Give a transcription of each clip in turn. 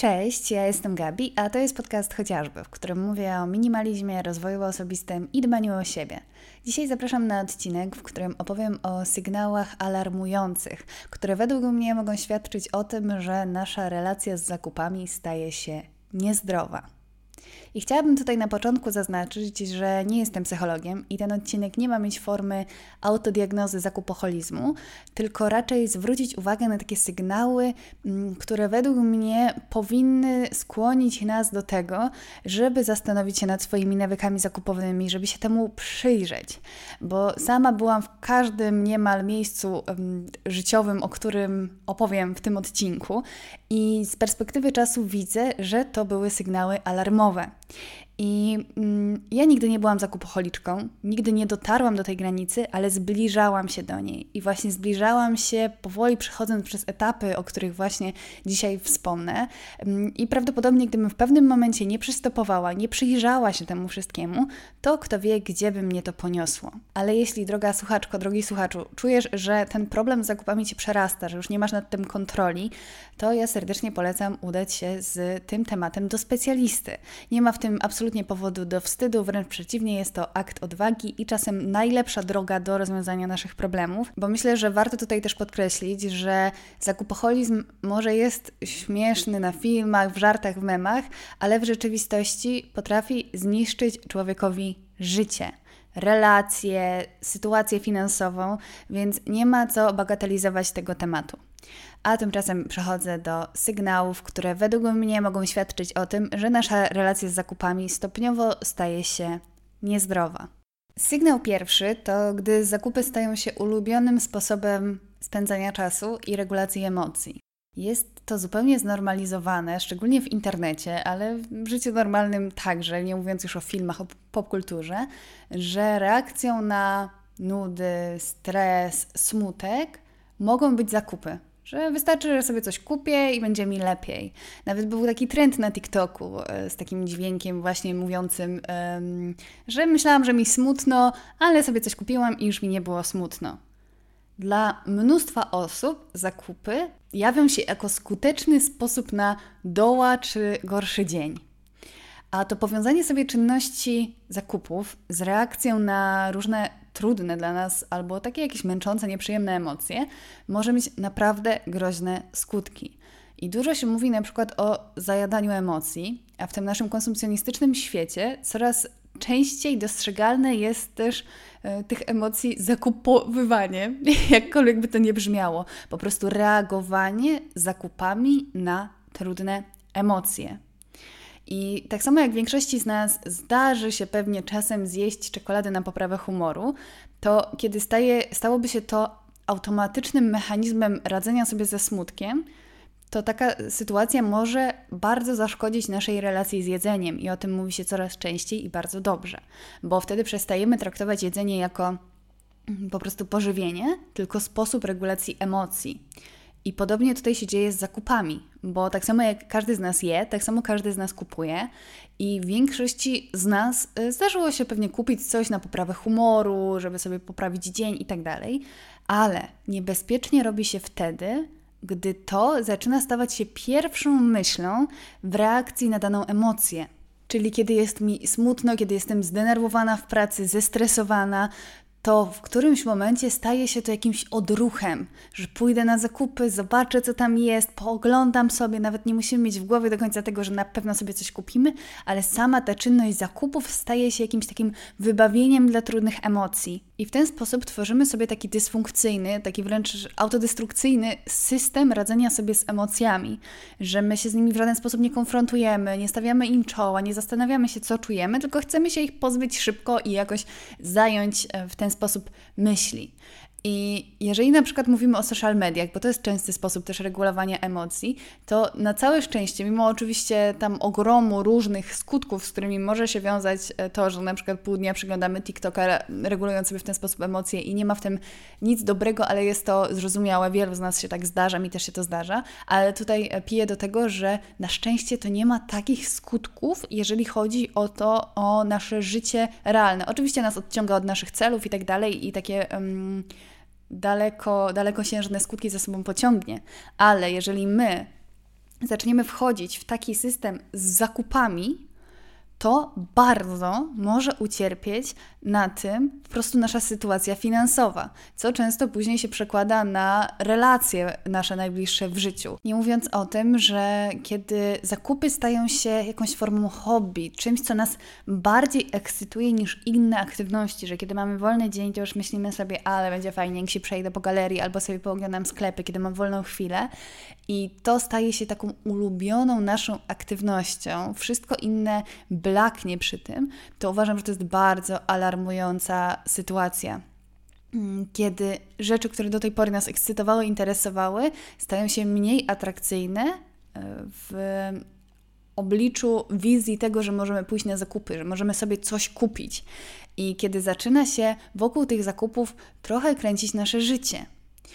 Cześć, ja jestem Gabi, a to jest podcast Chociażby, w którym mówię o minimalizmie, rozwoju osobistym i dbaniu o siebie. Dzisiaj zapraszam na odcinek, w którym opowiem o sygnałach alarmujących, które według mnie mogą świadczyć o tym, że nasza relacja z zakupami staje się niezdrowa. I chciałabym tutaj na początku zaznaczyć, że nie jestem psychologiem i ten odcinek nie ma mieć formy autodiagnozy zakupoholizmu, tylko raczej zwrócić uwagę na takie sygnały, które według mnie powinny skłonić nas do tego, żeby zastanowić się nad swoimi nawykami zakupowymi, żeby się temu przyjrzeć. Bo sama byłam w każdym niemal miejscu życiowym, o którym opowiem w tym odcinku i z perspektywy czasu widzę, że to były sygnały alarmowe. I ja nigdy nie byłam zakupoholiczką, nigdy nie dotarłam do tej granicy, ale zbliżałam się do niej. I właśnie zbliżałam się powoli przechodząc przez etapy, o których właśnie dzisiaj wspomnę. I prawdopodobnie gdybym w pewnym momencie nie przystopowała, nie przyjrzała się temu wszystkiemu, to kto wie, gdzie by mnie to poniosło. Ale jeśli, droga słuchaczko, drogi słuchaczu, czujesz, że ten problem z zakupami Cię przerasta, że już nie masz nad tym kontroli, to ja serdecznie polecam udać się z tym tematem do specjalisty. Nie ma w tym absolutnie powodu do wstydu, wręcz przeciwnie, jest to akt odwagi i czasem najlepsza droga do rozwiązania naszych problemów, bo myślę, że warto tutaj też podkreślić, że zakupoholizm może jest śmieszny na filmach, w żartach, w memach, ale w rzeczywistości potrafi zniszczyć człowiekowi życie, relacje, sytuację finansową, więc nie ma co bagatelizować tego tematu. A tymczasem przechodzę do sygnałów, które według mnie mogą świadczyć o tym, że nasza relacja z zakupami stopniowo staje się niezdrowa. Sygnał pierwszy to, gdy zakupy stają się ulubionym sposobem spędzania czasu i regulacji emocji. Jest to zupełnie znormalizowane, szczególnie w internecie, ale w życiu normalnym także, nie mówiąc już o filmach, o popkulturze, że reakcją na nudy, stres, smutek mogą być zakupy. Że wystarczy, że sobie coś kupię i będzie mi lepiej. Nawet był taki trend na TikToku z takim dźwiękiem właśnie mówiącym, że myślałam, że mi smutno, ale sobie coś kupiłam i już mi nie było smutno. Dla mnóstwa osób zakupy jawią się jako skuteczny sposób na doła czy gorszy dzień. A to powiązanie sobie czynności zakupów z reakcją na różne trudne dla nas albo takie jakieś męczące, nieprzyjemne emocje może mieć naprawdę groźne skutki. I dużo się mówi na przykład o zajadaniu emocji, a w tym naszym konsumpcjonistycznym świecie coraz częściej dostrzegalne jest też tych emocji zakupowywanie, jakkolwiek by to nie brzmiało. Po prostu reagowanie zakupami na trudne emocje. I tak samo jak większości z nas zdarzy się pewnie czasem zjeść czekoladę na poprawę humoru, to kiedy stałoby się to automatycznym mechanizmem radzenia sobie ze smutkiem, to taka sytuacja może bardzo zaszkodzić naszej relacji z jedzeniem i o tym mówi się coraz częściej i bardzo dobrze, bo wtedy przestajemy traktować jedzenie jako po prostu pożywienie, tylko sposób regulacji emocji. I podobnie tutaj się dzieje z zakupami, bo tak samo jak każdy z nas je, tak samo każdy z nas kupuje i większości z nas zdarzyło się pewnie kupić coś na poprawę humoru, żeby sobie poprawić dzień i tak dalej, ale niebezpiecznie robi się wtedy, gdy to zaczyna stawać się pierwszą myślą w reakcji na daną emocję. Czyli kiedy jest mi smutno, kiedy jestem zdenerwowana w pracy, zestresowana, to w którymś momencie staje się to jakimś odruchem, że pójdę na zakupy, zobaczę co tam jest, pooglądam sobie, nawet nie musimy mieć w głowie do końca tego, że na pewno sobie coś kupimy, ale sama ta czynność zakupów staje się jakimś takim wybawieniem dla trudnych emocji. I w ten sposób tworzymy sobie taki dysfunkcyjny, taki wręcz autodestrukcyjny system radzenia sobie z emocjami, że my się z nimi w żaden sposób nie konfrontujemy, nie stawiamy im czoła, nie zastanawiamy się co czujemy, tylko chcemy się ich pozbyć szybko i jakoś zająć w ten sposób myśli. I jeżeli na przykład mówimy o social mediach, bo to jest częsty sposób też regulowania emocji, to na całe szczęście, mimo oczywiście tam ogromu różnych skutków, z którymi może się wiązać to, że na przykład pół dnia przeglądamy TikToka, regulując sobie w ten sposób emocje i nie ma w tym nic dobrego, ale jest to zrozumiałe, wielu z nas się tak zdarza, mi też się to zdarza, ale tutaj piję do tego, że na szczęście to nie ma takich skutków, jeżeli chodzi o nasze życie realne. Oczywiście nas odciąga od naszych celów i tak dalej i takie dalekosiężne skutki za sobą pociągnie, ale jeżeli my zaczniemy wchodzić w taki system z zakupami, to bardzo może ucierpieć na tym po prostu nasza sytuacja finansowa, co często później się przekłada na relacje nasze najbliższe w życiu. Nie mówiąc o tym, że kiedy zakupy stają się jakąś formą hobby, czymś, co nas bardziej ekscytuje niż inne aktywności, że kiedy mamy wolny dzień, to już myślimy sobie, ale będzie fajnie, jak się przejdę po galerii albo sobie pooglądam sklepy, kiedy mam wolną chwilę i to staje się taką ulubioną naszą aktywnością. Wszystko inne blaknie przy tym, to uważam, że to jest bardzo alarmująca sytuacja. Kiedy rzeczy, które do tej pory nas ekscytowały, interesowały, stają się mniej atrakcyjne w obliczu wizji tego, że możemy pójść na zakupy, że możemy sobie coś kupić. I kiedy zaczyna się wokół tych zakupów trochę kręcić nasze życie.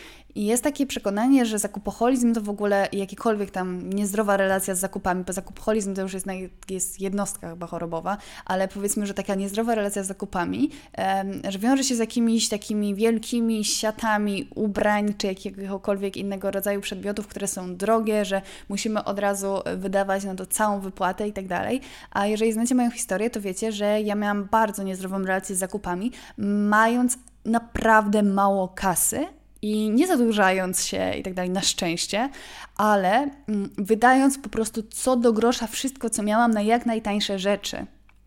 I jest takie przekonanie, że zakupoholizm to w ogóle jakikolwiek tam niezdrowa relacja z zakupami, bo zakupoholizm to już jest jednostka chyba chorobowa, ale powiedzmy, że taka niezdrowa relacja z zakupami, że wiąże się z jakimiś takimi wielkimi siatami ubrań, czy jakiegokolwiek innego rodzaju przedmiotów, które są drogie, że musimy od razu wydawać na to całą wypłatę i tak dalej. A jeżeli znacie moją historię, to wiecie, że ja miałam bardzo niezdrową relację z zakupami, mając naprawdę mało kasy, i nie zadłużając się i tak dalej, na szczęście, ale wydając po prostu co do grosza wszystko, co miałam na jak najtańsze rzeczy.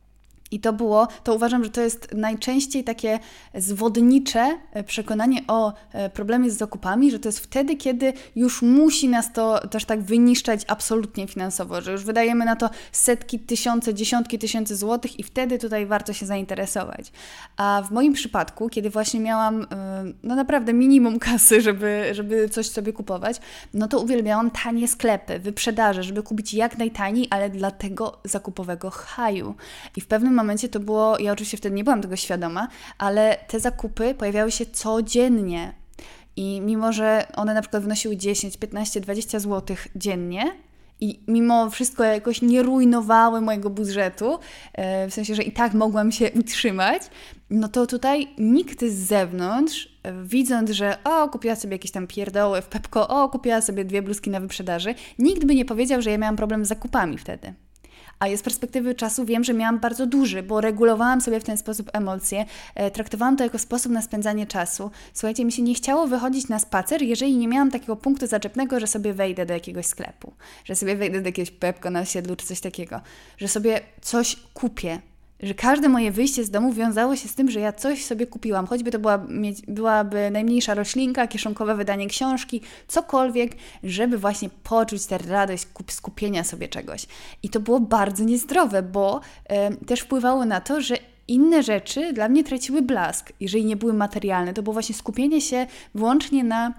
I to uważam, że to jest najczęściej takie zwodnicze przekonanie o problemie z zakupami, że to jest wtedy, kiedy już musi nas to też tak wyniszczać absolutnie finansowo, że już wydajemy na to setki, tysiące, dziesiątki tysięcy złotych i wtedy tutaj warto się zainteresować. A w moim przypadku, kiedy właśnie miałam naprawdę minimum kasy, żeby coś sobie kupować, no to uwielbiałam tanie sklepy, wyprzedaże, żeby kupić jak najtaniej, ale dla tego zakupowego haju. I w pewnym momencie to było, ja oczywiście wtedy nie byłam tego świadoma, ale te zakupy pojawiały się codziennie i mimo, że one na przykład wynosiły 10, 15, 20 zł dziennie i mimo wszystko jakoś nie rujnowały mojego budżetu, w sensie, że i tak mogłam się utrzymać, no to tutaj nikt z zewnątrz, widząc, że kupiła sobie jakieś tam pierdoły w Pepco, kupiła sobie 2 bluzki na wyprzedaży, nikt by nie powiedział, że ja miałam problem z zakupami wtedy. A ja z perspektywy czasu wiem, że miałam bardzo duży, bo regulowałam sobie w ten sposób emocje, traktowałam to jako sposób na spędzanie czasu. Słuchajcie, mi się nie chciało wychodzić na spacer, jeżeli nie miałam takiego punktu zaczepnego, że sobie wejdę do jakiegoś sklepu, że sobie wejdę do jakiegoś Pepco na osiedlu czy coś takiego, że sobie coś kupię. Że każde moje wyjście z domu wiązało się z tym, że ja coś sobie kupiłam, choćby to byłaby najmniejsza roślinka, kieszonkowe wydanie książki, cokolwiek, żeby właśnie poczuć tę radość skupienia sobie czegoś. I to było bardzo niezdrowe, bo też wpływało na to, że inne rzeczy dla mnie traciły blask, jeżeli nie były materialne. To było właśnie skupienie się wyłącznie na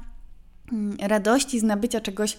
radości z nabycia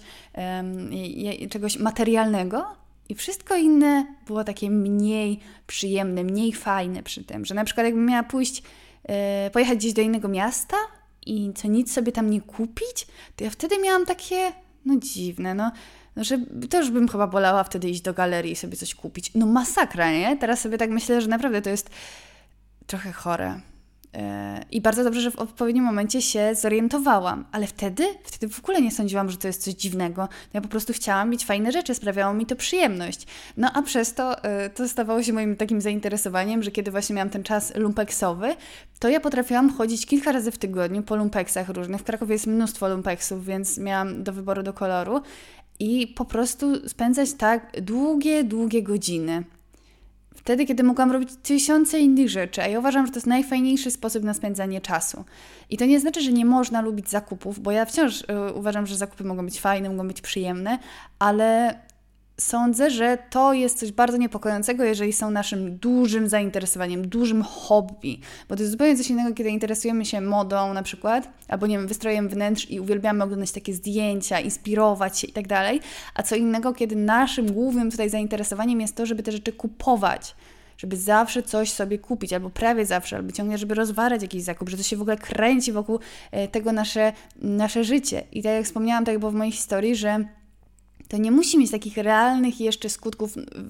czegoś materialnego, i wszystko inne było takie mniej przyjemne, mniej fajne przy tym, że na przykład jakbym miała pojechać gdzieś do innego miasta i co nic sobie tam nie kupić, to ja wtedy miałam takie, dziwne, że to już bym chyba wolała wtedy iść do galerii i sobie coś kupić. Masakra, nie? Teraz sobie tak myślę, że naprawdę to jest trochę chore. I bardzo dobrze, że w odpowiednim momencie się zorientowałam, ale wtedy w ogóle nie sądziłam, że to jest coś dziwnego. Ja po prostu chciałam mieć fajne rzeczy, sprawiało mi to przyjemność. A przez to stawało się moim takim zainteresowaniem, że kiedy właśnie miałam ten czas lumpeksowy, to ja potrafiłam chodzić kilka razy w tygodniu po lumpeksach różnych. W Krakowie jest mnóstwo lumpeksów, więc miałam do wyboru do koloru i po prostu spędzać tak długie godziny. Wtedy, kiedy mogłam robić tysiące innych rzeczy, a ja uważam, że to jest najfajniejszy sposób na spędzanie czasu. I to nie znaczy, że nie można lubić zakupów, bo ja wciąż uważam, że zakupy mogą być fajne, mogą być przyjemne, ale sądzę, że to jest coś bardzo niepokojącego, jeżeli są naszym dużym zainteresowaniem, dużym hobby. Bo to jest zupełnie coś innego, kiedy interesujemy się modą na przykład, albo wystrojem wnętrz i uwielbiamy oglądać takie zdjęcia, inspirować się i tak dalej, a co innego, kiedy naszym głównym tutaj zainteresowaniem jest to, żeby te rzeczy kupować, żeby zawsze coś sobie kupić, albo prawie zawsze, albo ciągle, żeby rozwarać jakiś zakup, że to się w ogóle kręci wokół tego nasze życie. I tak jak wspomniałam, tak było w mojej historii, że to nie musi mieć takich realnych jeszcze skutków,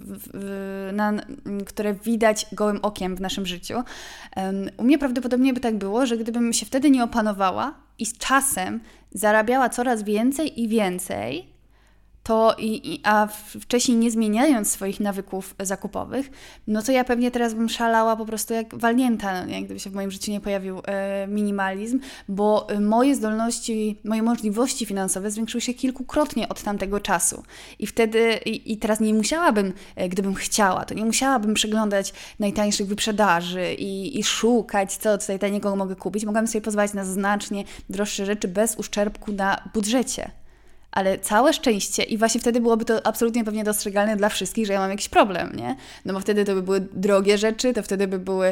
które widać gołym okiem w naszym życiu. U mnie prawdopodobnie by tak było, że gdybym się wtedy nie opanowała i z czasem zarabiała coraz więcej i więcej, a wcześniej nie zmieniając swoich nawyków zakupowych, no to ja pewnie teraz bym szalała po prostu jak walnięta, nie? Gdyby się w moim życiu nie pojawił minimalizm, bo moje zdolności, moje możliwości finansowe zwiększyły się kilkukrotnie od tamtego czasu. I wtedy, i teraz nie musiałabym, gdybym chciała, to nie musiałabym przeglądać najtańszych wyprzedaży i szukać, co tutaj takiego mogę kupić. Mogłabym sobie pozwolić na znacznie droższe rzeczy bez uszczerbku na budżecie. Ale całe szczęście i właśnie wtedy byłoby to absolutnie pewnie dostrzegalne dla wszystkich, że ja mam jakiś problem, nie? No bo wtedy to by były drogie rzeczy, to wtedy by były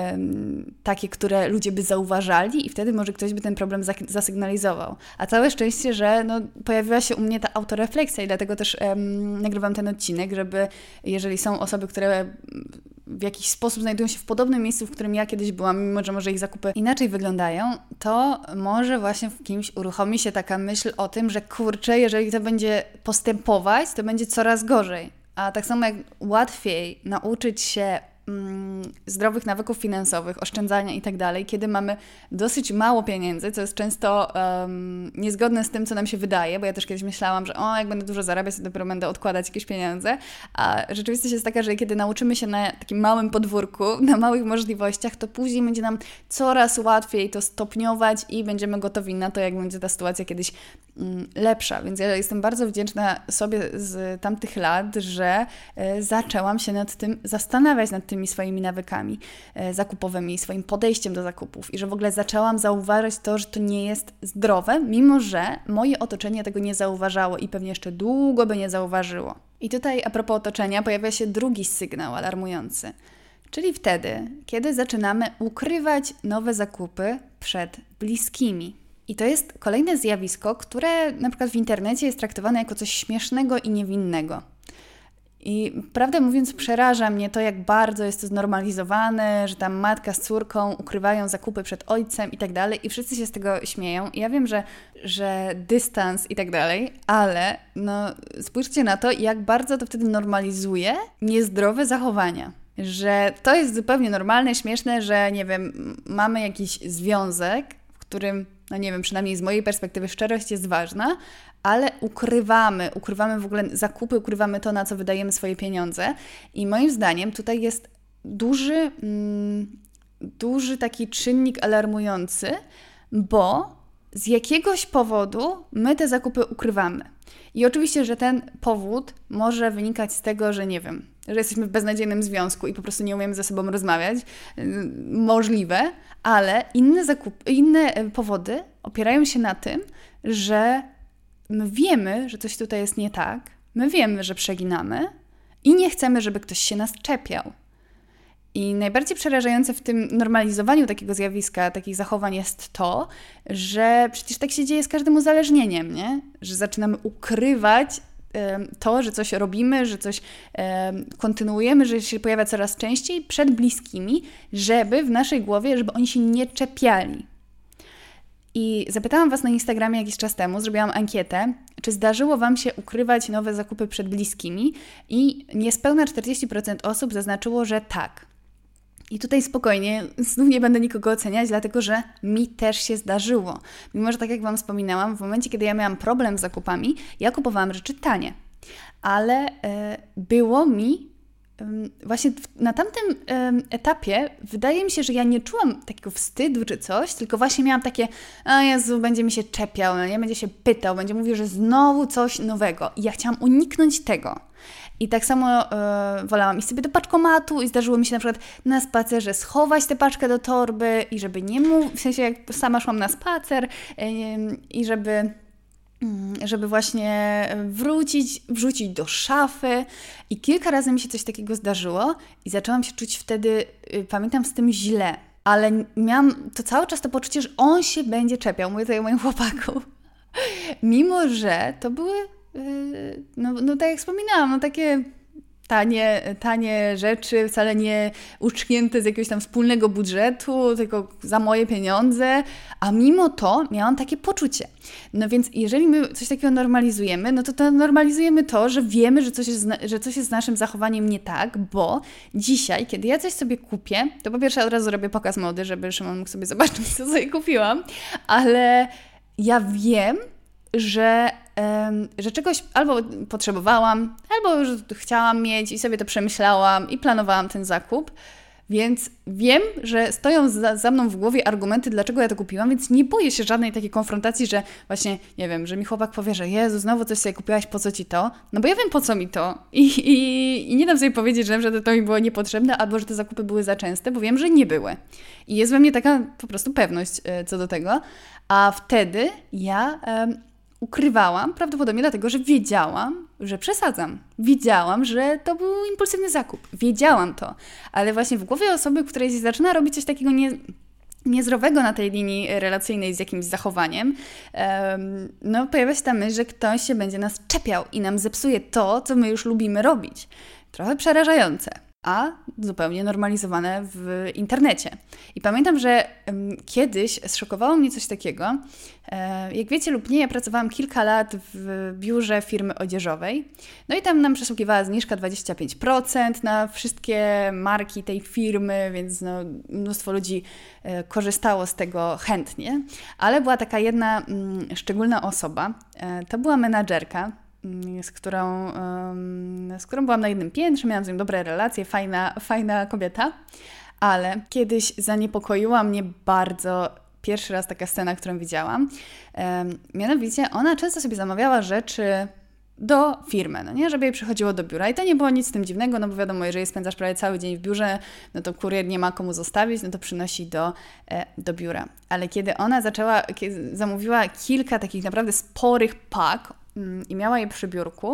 takie, które ludzie by zauważali i wtedy może ktoś by ten problem zasygnalizował. A całe szczęście, że pojawiła się u mnie ta autorefleksja i dlatego też nagrywam ten odcinek, żeby jeżeli są osoby, które w jakiś sposób znajdują się w podobnym miejscu, w którym ja kiedyś byłam, mimo że może ich zakupy inaczej wyglądają, to może właśnie w kimś uruchomi się taka myśl o tym, że kurczę, jeżeli to będzie postępować, to będzie coraz gorzej. A tak samo jak łatwiej nauczyć się zdrowych nawyków finansowych, oszczędzania i tak dalej, kiedy mamy dosyć mało pieniędzy, co jest często niezgodne z tym, co nam się wydaje, bo ja też kiedyś myślałam, że jak będę dużo zarabiać, to dopiero będę odkładać jakieś pieniądze, a rzeczywistość jest taka, że kiedy nauczymy się na takim małym podwórku, na małych możliwościach, to później będzie nam coraz łatwiej to stopniować i będziemy gotowi na to, jak będzie ta sytuacja kiedyś lepsza. Więc ja jestem bardzo wdzięczna sobie z tamtych lat, że zaczęłam się nad tym zastanawiać, nad tymi swoimi nawykami zakupowymi, swoim podejściem do zakupów i że w ogóle zaczęłam zauważać to, że to nie jest zdrowe, mimo że moje otoczenie tego nie zauważało i pewnie jeszcze długo by nie zauważyło. I tutaj a propos otoczenia pojawia się drugi sygnał alarmujący, czyli wtedy, kiedy zaczynamy ukrywać nowe zakupy przed bliskimi. I to jest kolejne zjawisko, które na przykład w internecie jest traktowane jako coś śmiesznego i niewinnego. I prawdę mówiąc przeraża mnie to, jak bardzo jest to znormalizowane, że tam matka z córką ukrywają zakupy przed ojcem i tak dalej i wszyscy się z tego śmieją. I ja wiem, że dystans i tak dalej, ale spójrzcie na to, jak bardzo to wtedy normalizuje niezdrowe zachowania. Że to jest zupełnie normalne, śmieszne, że nie wiem, mamy jakiś związek, w którym, nie wiem, przynajmniej z mojej perspektywy szczerość jest ważna, ale ukrywamy w ogóle zakupy, ukrywamy to, na co wydajemy swoje pieniądze. I moim zdaniem tutaj jest duży taki czynnik alarmujący, bo z jakiegoś powodu my te zakupy ukrywamy. I oczywiście, że ten powód może wynikać z tego, że nie wiem, że jesteśmy w beznadziejnym związku i po prostu nie umiemy ze sobą rozmawiać. Możliwe, ale inne powody opierają się na tym, że my wiemy, że coś tutaj jest nie tak, my wiemy, że przeginamy i nie chcemy, żeby ktoś się nas czepiał. I najbardziej przerażające w tym normalizowaniu takiego zjawiska, takich zachowań jest to, że przecież tak się dzieje z każdym uzależnieniem, nie? Że zaczynamy ukrywać to, że coś robimy, że coś kontynuujemy, że się pojawia coraz częściej przed bliskimi, żeby w naszej głowie, żeby oni się nie czepiali. I zapytałam Was na Instagramie jakiś czas temu, zrobiłam ankietę, czy zdarzyło Wam się ukrywać nowe zakupy przed bliskimi i niespełna 40% osób zaznaczyło, że tak. I tutaj spokojnie, znów nie będę nikogo oceniać, dlatego że mi też się zdarzyło. Mimo że tak jak Wam wspominałam, w momencie, kiedy ja miałam problem z zakupami, ja kupowałam rzeczy tanie. Ale było mi właśnie na tamtym etapie wydaje mi się, że ja nie czułam takiego wstydu czy coś, tylko właśnie miałam takie, Jezu, będzie mi się czepiał, nie? Będzie się pytał, będzie mówił, że znowu coś nowego. I ja chciałam uniknąć tego. I tak samo wolałam iść sobie do paczkomatu i zdarzyło mi się na przykład na spacerze schować tę paczkę do torby i żeby nie mówić, w sensie jak sama szłam na spacer i żeby właśnie wrzucić do szafy i kilka razy mi się coś takiego zdarzyło i zaczęłam się czuć wtedy, pamiętam, z tym źle, ale miałam to cały czas to poczucie, że on się będzie czepiał, mówię tutaj o moim chłopaku, mimo że to były, tak jak wspominałam, takie tanie rzeczy, wcale nie uczcięte z jakiegoś tam wspólnego budżetu, tylko za moje pieniądze, a mimo to miałam takie poczucie. No więc jeżeli my coś takiego normalizujemy, no to normalizujemy to, że wiemy, że coś jest z naszym zachowaniem nie tak, bo dzisiaj, kiedy ja coś sobie kupię, to po pierwsze od razu robię pokaz mody, żeby Szymon mógł sobie zobaczyć, co sobie kupiłam, ale ja wiem, że czegoś albo potrzebowałam, albo że chciałam mieć i sobie to przemyślałam i planowałam ten zakup. Więc wiem, że stoją za mną w głowie argumenty, dlaczego ja to kupiłam, więc nie boję się żadnej takiej konfrontacji, że właśnie, nie wiem, że mi chłopak powie, że Jezu, znowu coś sobie kupiłaś, po co ci to? No bo ja wiem, po co mi to. I nie dam sobie powiedzieć, że to mi było niepotrzebne, albo że te zakupy były za częste, bo wiem, że nie były. I jest we mnie taka po prostu pewność co do tego. A wtedy ja ukrywałam, prawdopodobnie dlatego, że wiedziałam, że przesadzam. Wiedziałam, że to był impulsywny zakup. Wiedziałam to. Ale właśnie w głowie osoby, której zaczyna robić coś takiego niezdrowego na tej linii relacyjnej z jakimś zachowaniem, no pojawia się ta myśl, że ktoś się będzie nas czepiał i nam zepsuje to, co my już lubimy robić. Trochę przerażające, a zupełnie normalizowane w internecie. I pamiętam, że kiedyś zszokowało mnie coś takiego. Jak wiecie lub nie, ja pracowałam kilka lat w biurze firmy odzieżowej. No i tam nam przysługiwała zniżka 25% na wszystkie marki tej firmy, więc no, mnóstwo ludzi korzystało z tego chętnie. Ale była taka jedna szczególna osoba. To była menadżerka, z którą byłam na jednym piętrze, miałam z nią dobre relacje, fajna kobieta, ale kiedyś zaniepokoiła mnie bardzo pierwszy raz taka scena, którą widziałam. Mianowicie ona często sobie zamawiała rzeczy do firmy, no nie, żeby jej przychodziło do biura i to nie było nic z tym dziwnego, no bo wiadomo, jeżeli spędzasz prawie cały dzień w biurze, no to kurier nie ma komu zostawić, no to przynosi do biura. Ale kiedy ona zamówiła kilka takich naprawdę sporych pak i miała je przy biurku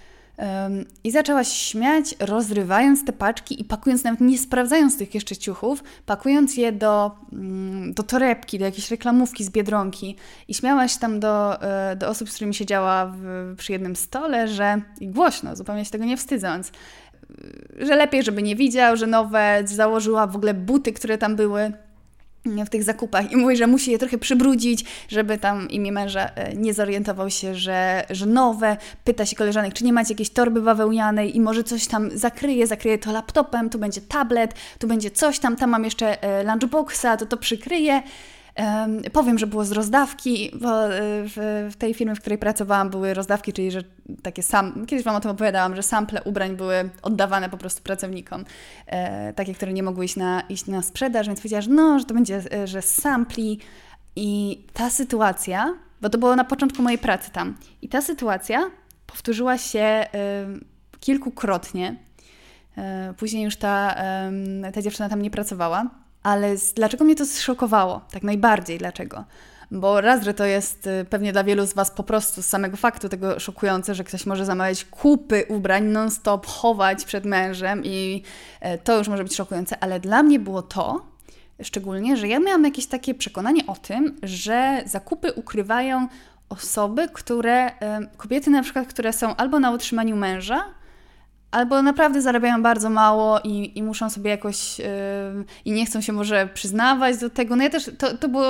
i zaczęła się śmiać, rozrywając te paczki i pakując, nawet nie sprawdzając tych jeszcze ciuchów, pakując je do torebki, do jakiejś reklamówki z Biedronki i śmiała się tam do osób, z którymi siedziała przy jednym stole, że i głośno, zupełnie się tego nie wstydząc, że lepiej, żeby nie widział, że nowe, założyła w ogóle buty, które tam były w tych zakupach i mówi, że musi je trochę przybrudzić, żeby tam imię męża nie zorientował się, że nowe. Pyta się koleżanek, czy nie macie jakiejś torby bawełnianej i może coś tam zakryje to laptopem, tu będzie tablet, tu będzie coś tam mam jeszcze lunchboxa, to przykryję. Powiem, że było z rozdawki, bo w tej firmie, w której pracowałam, były rozdawki, czyli że takie kiedyś Wam o tym opowiadałam, że sample ubrań były oddawane po prostu pracownikom, takie, które nie mogły iść na sprzedaż, więc powiedziała, że to będzie, że z sampli i ta sytuacja, bo to było na początku mojej pracy tam, i ta sytuacja powtórzyła się kilkukrotnie. Później już ta dziewczyna tam nie pracowała. Ale dlaczego mnie to zszokowało? Tak najbardziej dlaczego? Bo raz, że to jest pewnie dla wielu z Was po prostu z samego faktu tego szokujące, że ktoś może zamawiać kupy ubrań non-stop, chować przed mężem i to już może być szokujące, ale dla mnie było to szczególnie, że ja miałam jakieś takie przekonanie o tym, że zakupy ukrywają osoby, kobiety na przykład, które są albo na utrzymaniu męża, albo naprawdę zarabiają bardzo mało i muszą sobie jakoś i nie chcą się może przyznawać do tego. No ja też, to było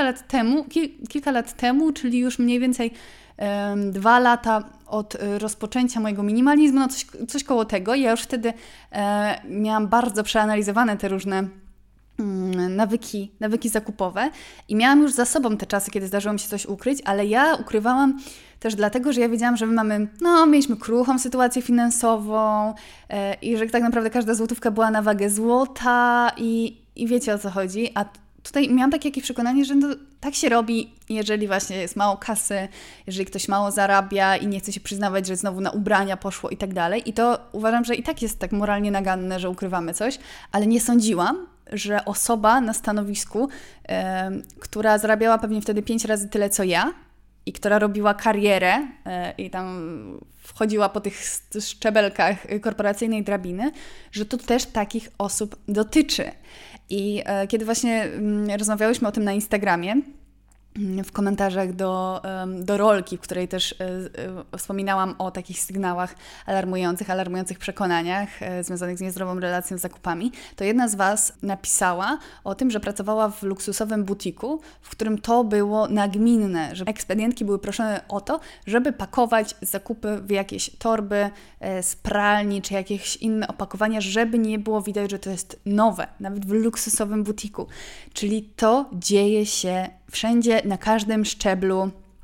kilka lat temu, czyli już mniej więcej 2 lata od rozpoczęcia mojego minimalizmu, no coś koło tego. Ja już wtedy miałam bardzo przeanalizowane te różne nawyki zakupowe i miałam już za sobą te czasy, kiedy zdarzyło mi się coś ukryć, ale ja ukrywałam też dlatego, że ja wiedziałam, że mieliśmy kruchą sytuację finansową i że tak naprawdę każda złotówka była na wagę złota i wiecie, o co chodzi. A tutaj miałam takie przekonanie, że tak się robi, jeżeli właśnie jest mało kasy, jeżeli ktoś mało zarabia i nie chce się przyznawać, że znowu na ubrania poszło i tak dalej. I to uważam, że i tak jest tak moralnie naganne, że ukrywamy coś, ale nie sądziłam, że osoba na stanowisku, która zarabiała pewnie wtedy 5 razy tyle, co ja, i która robiła karierę i tam wchodziła po tych szczebelkach korporacyjnej drabiny, że to też takich osób dotyczy. I kiedy właśnie rozmawiałyśmy o tym na Instagramie, w komentarzach do rolki, w której też wspominałam o takich sygnałach alarmujących przekonaniach związanych z niezdrową relacją z zakupami, to jedna z Was napisała o tym, że pracowała w luksusowym butiku, w którym to było nagminne, że ekspedientki były proszone o to, żeby pakować zakupy w jakieś torby z pralni czy jakieś inne opakowania, żeby nie było widać, że to jest nowe, nawet w luksusowym butiku. Czyli to dzieje się wszędzie, na każdym szczeblu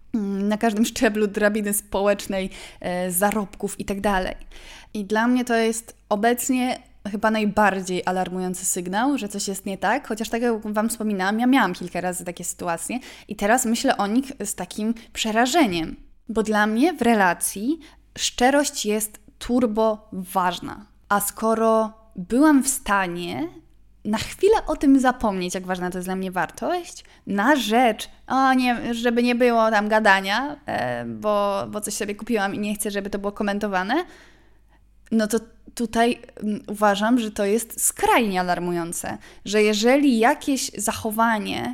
na każdym szczeblu drabiny społecznej, zarobków itd. I dla mnie to jest obecnie chyba najbardziej alarmujący sygnał, że coś jest nie tak, chociaż tak jak Wam wspominałam, ja miałam kilka razy takie sytuacje i teraz myślę o nich z takim przerażeniem, bo dla mnie w relacji szczerość jest turbo ważna, a skoro byłam w stanie na chwilę o tym zapomnieć, jak ważna to jest dla mnie wartość, na rzecz, żeby nie było tam gadania, bo coś sobie kupiłam i nie chcę, żeby to było komentowane, no to tutaj uważam, że to jest skrajnie alarmujące, że jeżeli jakieś zachowanie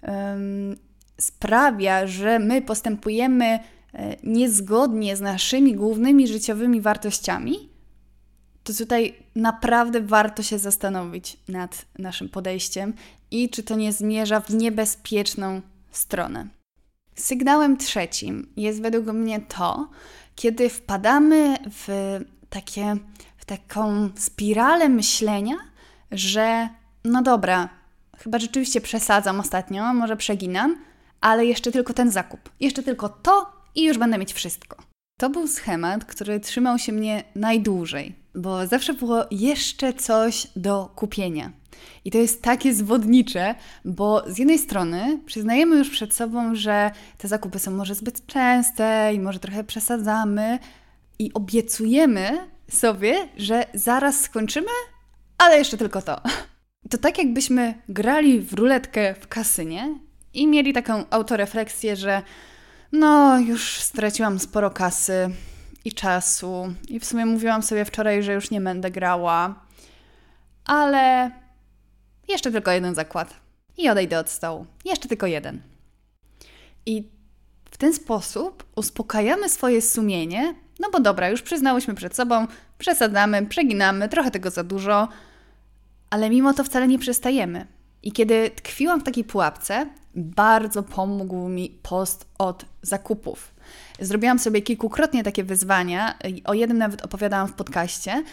sprawia, że my postępujemy niezgodnie z naszymi głównymi życiowymi wartościami, to tutaj naprawdę warto się zastanowić nad naszym podejściem i czy to nie zmierza w niebezpieczną stronę. Sygnałem trzecim jest według mnie to, kiedy wpadamy w taką spiralę myślenia, że no dobra, chyba rzeczywiście przesadzam ostatnio, może przeginam, ale jeszcze tylko ten zakup, jeszcze tylko to i już będę mieć wszystko. To był schemat, który trzymał się mnie najdłużej, bo zawsze było jeszcze coś do kupienia. I to jest takie zwodnicze, bo z jednej strony przyznajemy już przed sobą, że te zakupy są może zbyt częste i może trochę przesadzamy i obiecujemy sobie, że zaraz skończymy, ale jeszcze tylko to. To tak jakbyśmy grali w ruletkę w kasynie i mieli taką autorefleksję, że no już straciłam sporo kasy i czasu i w sumie mówiłam sobie wczoraj, że już nie będę grała, ale jeszcze tylko jeden zakład i odejdę od stołu. Jeszcze tylko jeden. I w ten sposób uspokajamy swoje sumienie, no bo dobra, już przyznałyśmy przed sobą, przesadzamy, przeginamy, trochę tego za dużo, ale mimo to wcale nie przestajemy. I kiedy tkwiłam w takiej pułapce, bardzo pomógł mi post od zakupów. Zrobiłam sobie kilkukrotnie takie wyzwania, o jednym nawet opowiadałam w podcaście,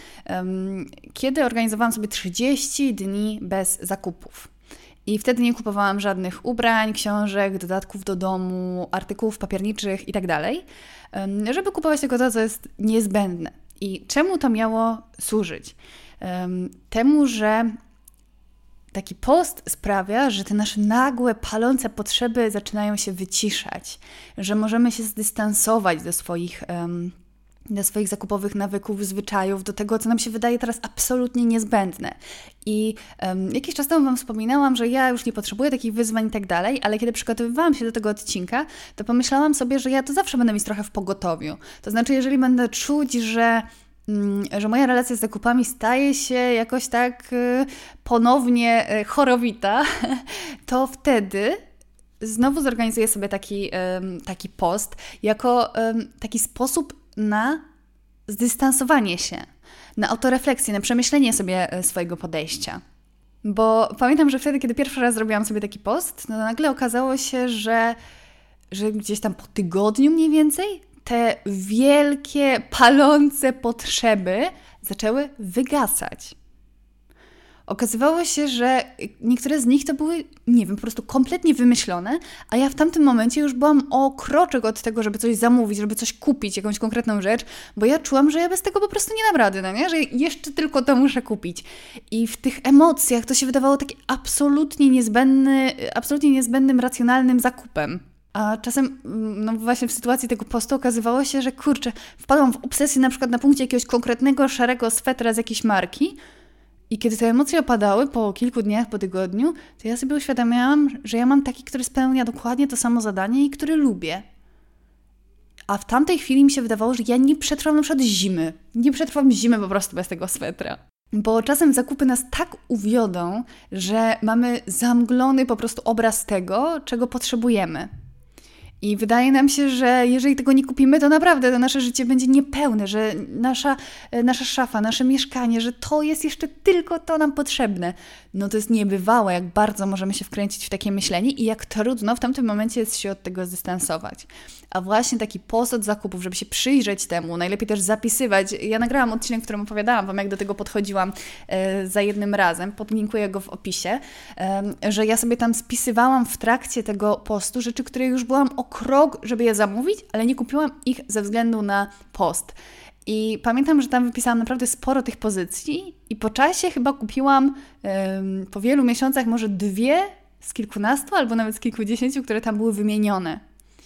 kiedy organizowałam sobie 30 dni bez zakupów. I wtedy nie kupowałam żadnych ubrań, książek, dodatków do domu, artykułów papierniczych itd., żeby kupować tylko to, co jest niezbędne. I czemu to miało służyć? Temu, że taki post sprawia, że te nasze nagłe, palące potrzeby zaczynają się wyciszać, że możemy się zdystansować do swoich zakupowych nawyków, zwyczajów, do tego, co nam się wydaje teraz absolutnie niezbędne. I jakiś czas temu Wam wspominałam, że ja już nie potrzebuję takich wyzwań i tak dalej, ale kiedy przygotowywałam się do tego odcinka, to pomyślałam sobie, że ja to zawsze będę mieć trochę w pogotowiu. To znaczy, jeżeli będę czuć, że moja relacja z zakupami staje się jakoś tak ponownie chorowita, to wtedy znowu zorganizuję sobie taki post jako taki sposób na zdystansowanie się, na autorefleksję, na przemyślenie sobie swojego podejścia. Bo pamiętam, że wtedy, kiedy pierwszy raz zrobiłam sobie taki post, to nagle okazało się, że gdzieś tam po tygodniu mniej więcej te wielkie, palące potrzeby zaczęły wygasać. Okazywało się, że niektóre z nich to były, nie wiem, po prostu kompletnie wymyślone, a ja w tamtym momencie już byłam o kroczek od tego, żeby coś zamówić, żeby coś kupić, jakąś konkretną rzecz, bo ja czułam, że ja bez tego po prostu nie dam rady, no nie? Że jeszcze tylko to muszę kupić. I w tych emocjach to się wydawało takie absolutnie niezbędnym, racjonalnym zakupem. A czasem, no właśnie w sytuacji tego postu okazywało się, że kurczę, wpadłam w obsesję na przykład na punkcie jakiegoś konkretnego szarego swetra z jakiejś marki i kiedy te emocje opadały po kilku dniach, po tygodniu, to ja sobie uświadamiałam, że ja mam taki, który spełnia dokładnie to samo zadanie i który lubię. A w tamtej chwili mi się wydawało, że ja nie przetrwam na przykład zimy. Nie przetrwam zimy po prostu bez tego swetra. Bo czasem zakupy nas tak uwiodą, że mamy zamglony po prostu obraz tego, czego potrzebujemy. I wydaje nam się, że jeżeli tego nie kupimy, to naprawdę to nasze życie będzie niepełne, że nasza szafa, nasze mieszkanie, że to jest jeszcze tylko to nam potrzebne. No to jest niebywałe, jak bardzo możemy się wkręcić w takie myślenie i jak trudno w tamtym momencie jest się od tego zdystansować. A właśnie taki post od zakupów, żeby się przyjrzeć temu, najlepiej też zapisywać. Ja nagrałam odcinek, w którym opowiadałam Wam, jak do tego podchodziłam za jednym razem, podlinkuję go w opisie, że ja sobie tam spisywałam w trakcie tego postu rzeczy, które już byłam o krok, żeby je zamówić, ale nie kupiłam ich ze względu na post. I pamiętam, że tam wypisałam naprawdę sporo tych pozycji i po czasie chyba kupiłam po wielu miesiącach może 2 z kilkunastu albo nawet z kilkudziesięciu, które tam były wymienione.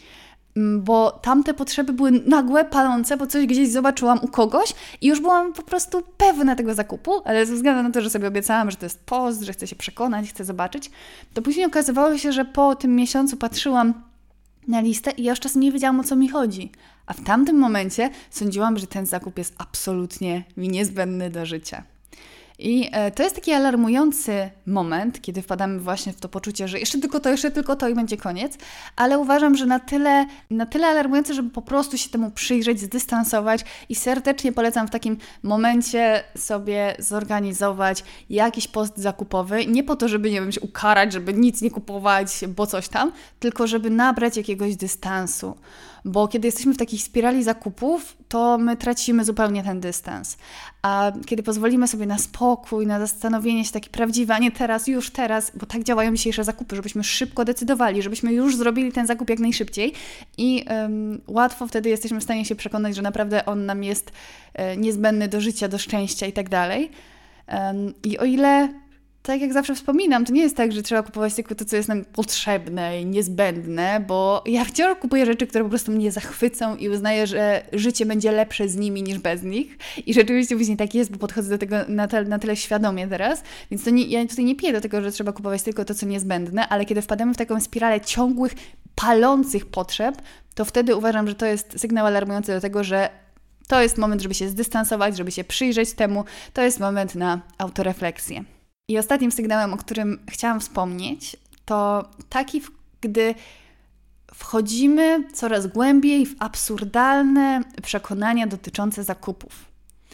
Bo tamte potrzeby były nagłe, palące, bo coś gdzieś zobaczyłam u kogoś i już byłam po prostu pewna tego zakupu, ale ze względu na to, że sobie obiecałam, że to jest post, że chcę się przekonać, chcę zobaczyć, to później okazywało się, że po tym miesiącu patrzyłam na listę i ja już czasem nie wiedziałam, o co mi chodzi. A w tamtym momencie sądziłam, że ten zakup jest absolutnie mi niezbędny do życia. I to jest taki alarmujący moment, kiedy wpadamy właśnie w to poczucie, że jeszcze tylko to i będzie koniec, ale uważam, że na tyle alarmujący, żeby po prostu się temu przyjrzeć, zdystansować i serdecznie polecam w takim momencie sobie zorganizować jakiś post zakupowy, nie po to, żeby, nie wiem, się ukarać, żeby nic nie kupować, bo coś tam, tylko żeby nabrać jakiegoś dystansu. Bo kiedy jesteśmy w takiej spirali zakupów, to my tracimy zupełnie ten dystans. A kiedy pozwolimy sobie na spokój, na zastanowienie się takie prawdziwe, a nie teraz, już teraz, bo tak działają dzisiejsze zakupy, żebyśmy szybko decydowali, żebyśmy już zrobili ten zakup jak najszybciej i łatwo wtedy jesteśmy w stanie się przekonać, że naprawdę on nam jest niezbędny do życia, do szczęścia i tak dalej. I o ile... Tak jak zawsze wspominam, to nie jest tak, że trzeba kupować tylko to, co jest nam potrzebne i niezbędne, bo ja wciąż kupuję rzeczy, które po prostu mnie zachwycą i uznaję, że życie będzie lepsze z nimi niż bez nich. I rzeczywiście później tak jest, bo podchodzę do tego na tyle świadomie teraz, więc ja tutaj nie piję do tego, że trzeba kupować tylko to, co niezbędne, ale kiedy wpadamy w taką spiralę ciągłych, palących potrzeb, to wtedy uważam, że to jest sygnał alarmujący do tego, że to jest moment, żeby się zdystansować, żeby się przyjrzeć temu, to jest moment na autorefleksję. I ostatnim sygnałem, o którym chciałam wspomnieć, to taki, gdy wchodzimy coraz głębiej w absurdalne przekonania dotyczące zakupów.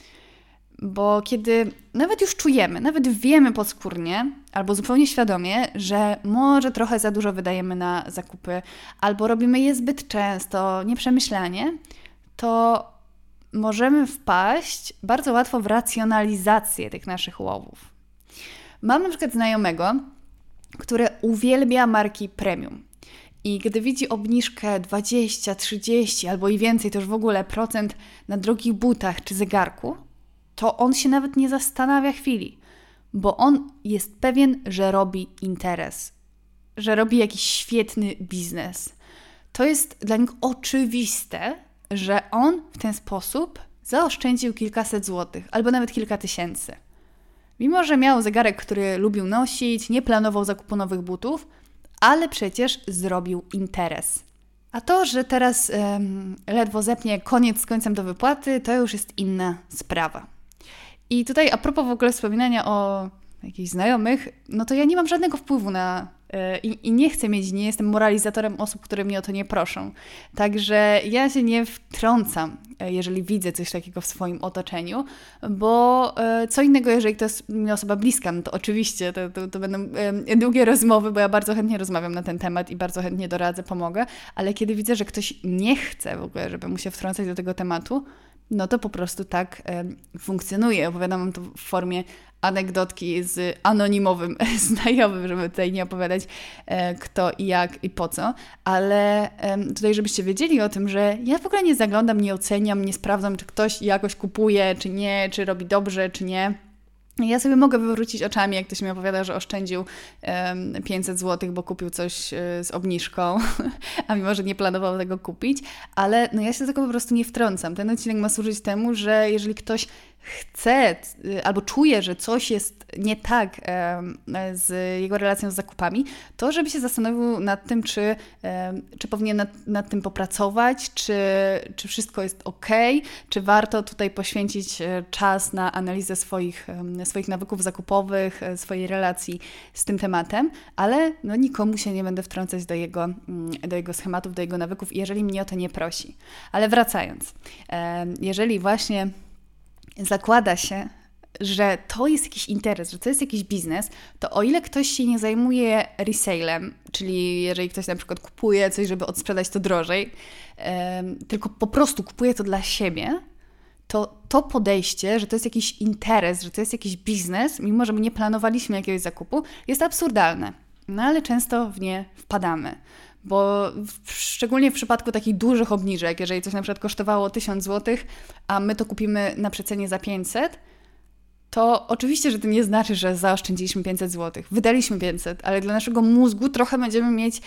Bo kiedy nawet już czujemy, nawet wiemy podskórnie albo zupełnie świadomie, że może trochę za dużo wydajemy na zakupy albo robimy je zbyt często, nieprzemyślanie, to możemy wpaść bardzo łatwo w racjonalizację tych naszych łowów. Mam na przykład znajomego, który uwielbia marki premium i gdy widzi obniżkę 20, 30 albo i więcej, to już w ogóle procent na drogich butach czy zegarku, to on się nawet nie zastanawia chwili, bo on jest pewien, że robi interes, że robi jakiś świetny biznes. To jest dla niego oczywiste, że on w ten sposób zaoszczędził kilkaset złotych albo nawet kilka tysięcy. Mimo że miał zegarek, który lubił nosić, nie planował zakupu nowych butów, ale przecież zrobił interes. A to, że teraz ledwo zepnie koniec z końcem do wypłaty, to już jest inna sprawa. I tutaj a propos w ogóle wspominania o jakichś znajomych, no to ja nie mam żadnego wpływu na... I nie chcę mieć, nie jestem moralizatorem osób, które mnie o to nie proszą. Także ja się nie wtrącam, jeżeli widzę coś takiego w swoim otoczeniu, bo co innego, jeżeli to jest mi osoba bliska, no to oczywiście to będą długie rozmowy, bo ja bardzo chętnie rozmawiam na ten temat i bardzo chętnie doradzę, pomogę, ale kiedy widzę, że ktoś nie chce w ogóle, żeby mu się wtrącać do tego tematu, no to po prostu tak funkcjonuje. Opowiadam to w formie anegdotki z anonimowym znajomym, żeby tutaj nie opowiadać kto i jak i po co, ale tutaj żebyście wiedzieli o tym, że ja w ogóle nie zaglądam, nie oceniam, nie sprawdzam, czy ktoś jakoś kupuje, czy nie, czy robi dobrze, czy nie. Ja sobie mogę wywrócić oczami, jak ktoś mi opowiada, że oszczędził 500 zł, bo kupił coś z obniżką, a mimo, że nie planował tego kupić, ale no ja się do tego po prostu nie wtrącam. Ten odcinek ma służyć temu, że jeżeli ktoś chce albo czuje, że coś jest nie tak z jego relacją z zakupami, to żeby się zastanowił nad tym, czy powinien nad tym popracować, czy wszystko jest okej, czy warto tutaj poświęcić czas na analizę swoich nawyków zakupowych, swojej relacji z tym tematem, ale no nikomu się nie będę wtrącać do jego schematów, do jego nawyków, jeżeli mnie o to nie prosi. Ale wracając, jeżeli właśnie zakłada się, że to jest jakiś interes, że to jest jakiś biznes, to o ile ktoś się nie zajmuje resale'em, czyli jeżeli ktoś na przykład kupuje coś, żeby odsprzedać to drożej, tylko po prostu kupuje to dla siebie, to podejście, że to jest jakiś interes, że to jest jakiś biznes, mimo że my nie planowaliśmy jakiegoś zakupu, jest absurdalne. No ale często w nie wpadamy, bo szczególnie w przypadku takich dużych obniżek, jeżeli coś na przykład kosztowało 1000 zł, a my to kupimy na przecenie za 500, to oczywiście, że to nie znaczy, że zaoszczędziliśmy 500 zł. Wydaliśmy 500, ale dla naszego mózgu trochę będziemy mieć,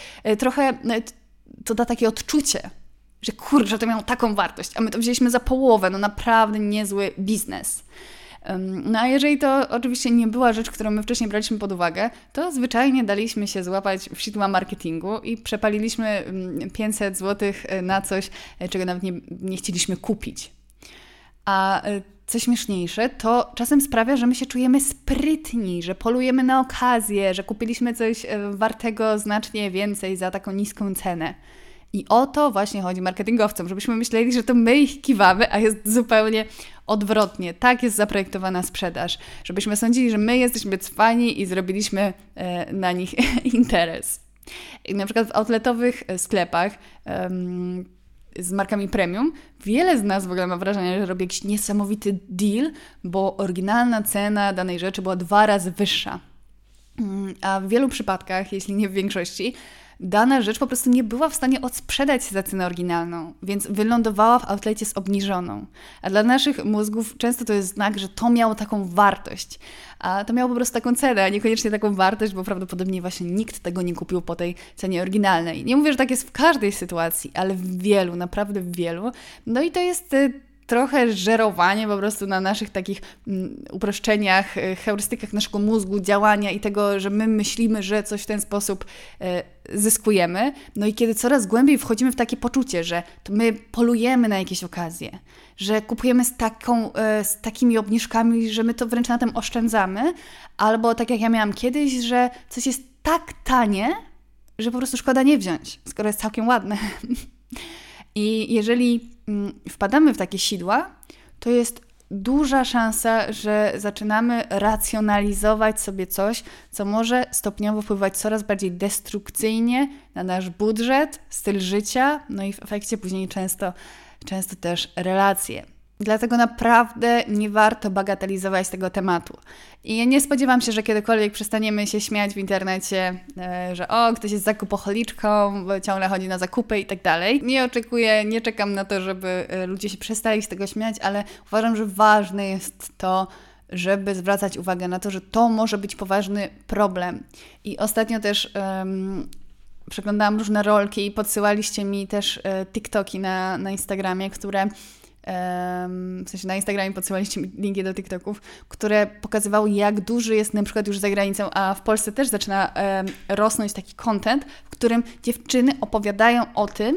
to da takie odczucie, że kurczę, to miało taką wartość, a my to wzięliśmy za połowę, no naprawdę niezły biznes. No a jeżeli to oczywiście nie była rzecz, którą my wcześniej braliśmy pod uwagę, to zwyczajnie daliśmy się złapać w sidła marketingu i przepaliliśmy 500 zł na coś, czego nawet nie chcieliśmy kupić. A co śmieszniejsze, to czasem sprawia, że my się czujemy sprytni, że polujemy na okazję, że kupiliśmy coś wartego znacznie więcej za taką niską cenę. I o to właśnie chodzi marketingowcom, żebyśmy myśleli, że to my ich kiwamy, a jest zupełnie odwrotnie. Tak jest zaprojektowana sprzedaż. Żebyśmy sądzili, że my jesteśmy cwani i zrobiliśmy na nich interes. I na przykład w outletowych sklepach z markami premium, wiele z nas w ogóle ma wrażenie, że robi jakiś niesamowity deal, bo oryginalna cena danej rzeczy była 2 razy wyższa. A w wielu przypadkach, jeśli nie w większości, dana rzecz po prostu nie była w stanie odsprzedać się za cenę oryginalną, więc wylądowała w outlecie z obniżoną. A dla naszych mózgów często to jest znak, że to miało taką wartość. A to miało po prostu taką cenę, a niekoniecznie taką wartość, bo prawdopodobnie właśnie nikt tego nie kupił po tej cenie oryginalnej. Nie mówię, że tak jest w każdej sytuacji, ale w wielu, naprawdę w wielu. No i to jest trochę żerowanie po prostu na naszych takich uproszczeniach, heurystykach naszego mózgu, działania i tego, że my myślimy, że coś w ten sposób zyskujemy. No i kiedy coraz głębiej wchodzimy w takie poczucie, że to my polujemy na jakieś okazje, że kupujemy z takimi obniżkami, że my to wręcz na tym oszczędzamy, albo tak jak ja miałam kiedyś, że coś jest tak tanie, że po prostu szkoda nie wziąć, skoro jest całkiem ładne. I jeżeli wpadamy w takie sidła, to jest duża szansa, że zaczynamy racjonalizować sobie coś, co może stopniowo wpływać coraz bardziej destrukcyjnie na nasz budżet, styl życia, no i w efekcie później często też relacje. Dlatego naprawdę nie warto bagatelizować tego tematu. I ja nie spodziewam się, że kiedykolwiek przestaniemy się śmiać w internecie, że ktoś jest zakupoholiczką, bo ciągle chodzi na zakupy i tak dalej. Nie czekam na to, żeby ludzie się przestali z tego śmiać, ale uważam, że ważne jest to, żeby zwracać uwagę na to, że to może być poważny problem. I ostatnio też przeglądałam różne rolki i podsyłaliście mi też TikToki na Instagramie, które w sensie na Instagramie podsyłaliście mi linki do TikToków, które pokazywały, jak duży jest na przykład już za granicą, a w Polsce też zaczyna rosnąć taki content, w którym dziewczyny opowiadają o tym,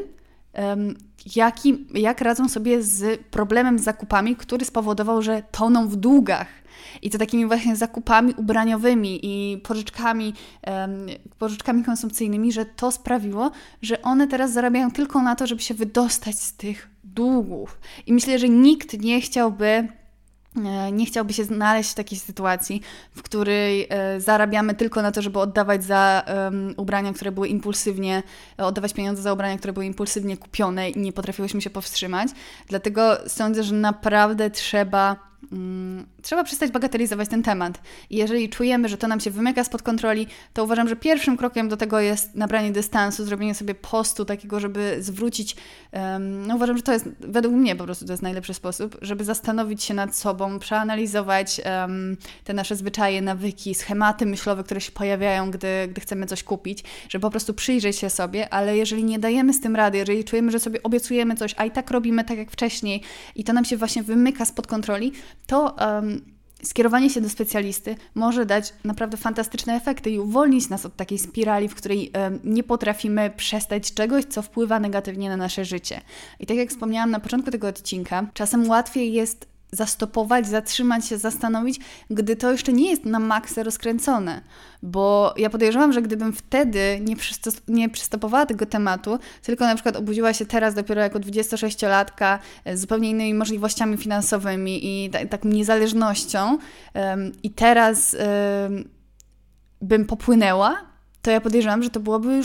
jak radzą sobie z problemem z zakupami, który spowodował, że toną w długach. I to takimi właśnie zakupami ubraniowymi i pożyczkami konsumpcyjnymi, że to sprawiło, że one teraz zarabiają tylko na to, żeby się wydostać z tych długów. I myślę, że nikt nie chciałby się znaleźć w takiej sytuacji, w której zarabiamy tylko na to, żeby oddawać za ubrania, które były oddawać pieniądze za ubrania, które były impulsywnie kupione i nie potrafiłyśmy się powstrzymać. Dlatego sądzę, że naprawdę trzeba przestać bagatelizować ten temat. I jeżeli czujemy, że to nam się wymyka spod kontroli, to uważam, że pierwszym krokiem do tego jest nabranie dystansu, zrobienie sobie postu takiego, żeby zwrócić, uważam, że to jest, według mnie po prostu to jest najlepszy sposób, żeby zastanowić się nad sobą, przeanalizować te nasze zwyczaje, nawyki, schematy myślowe, które się pojawiają, gdy chcemy coś kupić, żeby po prostu przyjrzeć się sobie, ale jeżeli nie dajemy z tym rady, jeżeli czujemy, że sobie obiecujemy coś, a i tak robimy tak jak wcześniej i to nam się właśnie wymyka spod kontroli, to skierowanie się do specjalisty może dać naprawdę fantastyczne efekty i uwolnić nas od takiej spirali, w której nie potrafimy przestać czegoś, co wpływa negatywnie na nasze życie. I tak jak wspomniałam na początku tego odcinka, czasem łatwiej jest zastopować, zatrzymać się, zastanowić, gdy to jeszcze nie jest na maksa rozkręcone. Bo ja podejrzewam, że gdybym wtedy nie przystopowała tego tematu, tylko na przykład obudziła się teraz dopiero jako 26-latka z zupełnie innymi możliwościami finansowymi i taką niezależnością i teraz bym popłynęła, to ja podejrzewam, że to byłoby już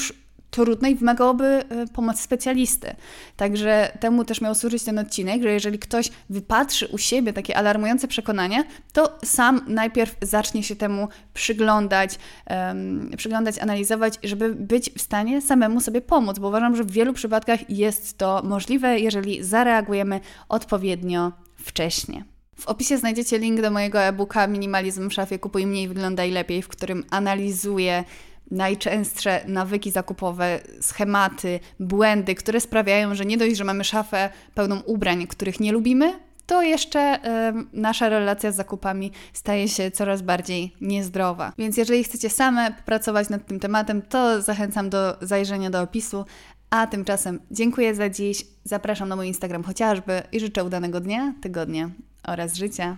trudne i wymagałoby pomocy specjalisty. Także temu też miał służyć ten odcinek, że jeżeli ktoś wypatrzy u siebie takie alarmujące przekonania, to sam najpierw zacznie się temu przyglądać, analizować, żeby być w stanie samemu sobie pomóc, bo uważam, że w wielu przypadkach jest to możliwe, jeżeli zareagujemy odpowiednio wcześnie. W opisie znajdziecie link do mojego e-booka Minimalizm w szafie Kupuj mniej, wyglądaj lepiej, w którym analizuję najczęstsze nawyki zakupowe, schematy, błędy, które sprawiają, że nie dość, że mamy szafę pełną ubrań, których nie lubimy, to jeszcze nasza relacja z zakupami staje się coraz bardziej niezdrowa. Więc jeżeli chcecie same popracować nad tym tematem, to zachęcam do zajrzenia do opisu. A tymczasem dziękuję za dziś, zapraszam na mój Instagram chociażby i życzę udanego dnia, tygodnia oraz życia.